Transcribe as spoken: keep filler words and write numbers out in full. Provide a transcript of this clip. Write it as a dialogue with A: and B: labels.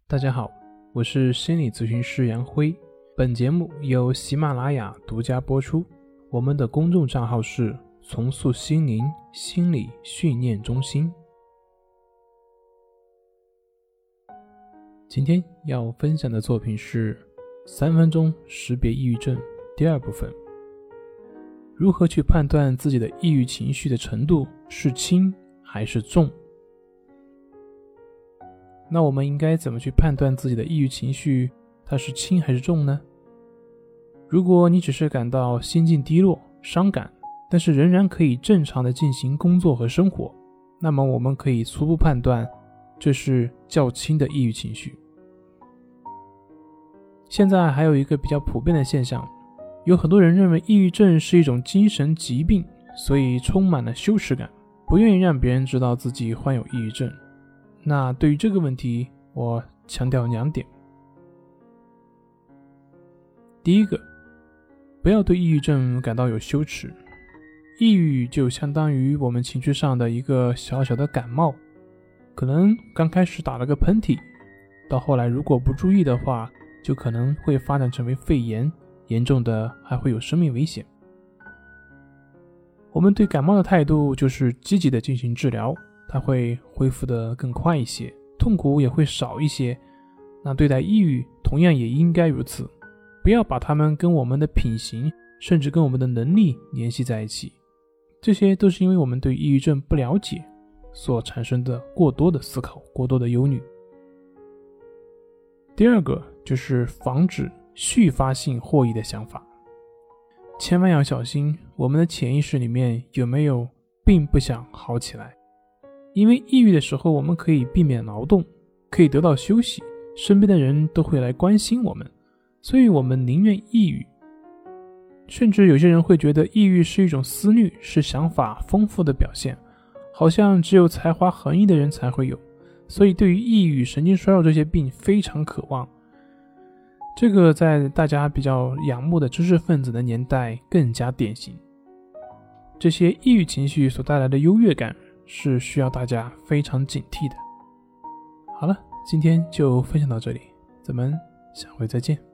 A: 大家好，我是心理咨询师杨辉，本节目由喜马拉雅独家播出。我们的公众账号是重塑心灵心理训练中心。今天要分享的作品是三分钟识别抑郁症第二部分。如何去判断自己的抑郁情绪的程度是轻还是重？那我们应该怎么去判断自己的抑郁情绪它是轻还是重呢？如果你只是感到心境低落、伤感，但是仍然可以正常的进行工作和生活，那么我们可以初步判断这是较轻的抑郁情绪。现在还有一个比较普遍的现象，有很多人认为抑郁症是一种精神疾病，所以充满了羞耻感，不愿意让别人知道自己患有抑郁症。那对于这个问题，我强调两点。第一个，不要对抑郁症感到有羞耻。抑郁就相当于我们情绪上的一个小小的感冒，可能刚开始打了个喷嚏，到后来如果不注意的话，就可能会发展成为肺炎，严重的还会有生命危险。我们对感冒的态度就是积极的进行治疗，它会恢复得更快一些，痛苦也会少一些。那对待抑郁同样也应该如此，不要把它们跟我们的品行甚至跟我们的能力联系在一起，这些都是因为我们对抑郁症不了解所产生的过多的思考，过多的忧虑。第二个就是防止续发性获益的想法，千万要小心我们的潜意识里面有没有并不想好起来。因为抑郁的时候我们可以避免劳动，可以得到休息，身边的人都会来关心我们，所以我们宁愿抑郁。甚至有些人会觉得抑郁是一种思虑，是想法丰富的表现，好像只有才华横溢的人才会有，所以对于抑郁、神经衰弱这些病非常渴望。这个在大家比较仰慕的知识分子的年代更加典型。这些抑郁情绪所带来的优越感是需要大家非常警惕的。好了，今天就分享到这里，咱们下回再见。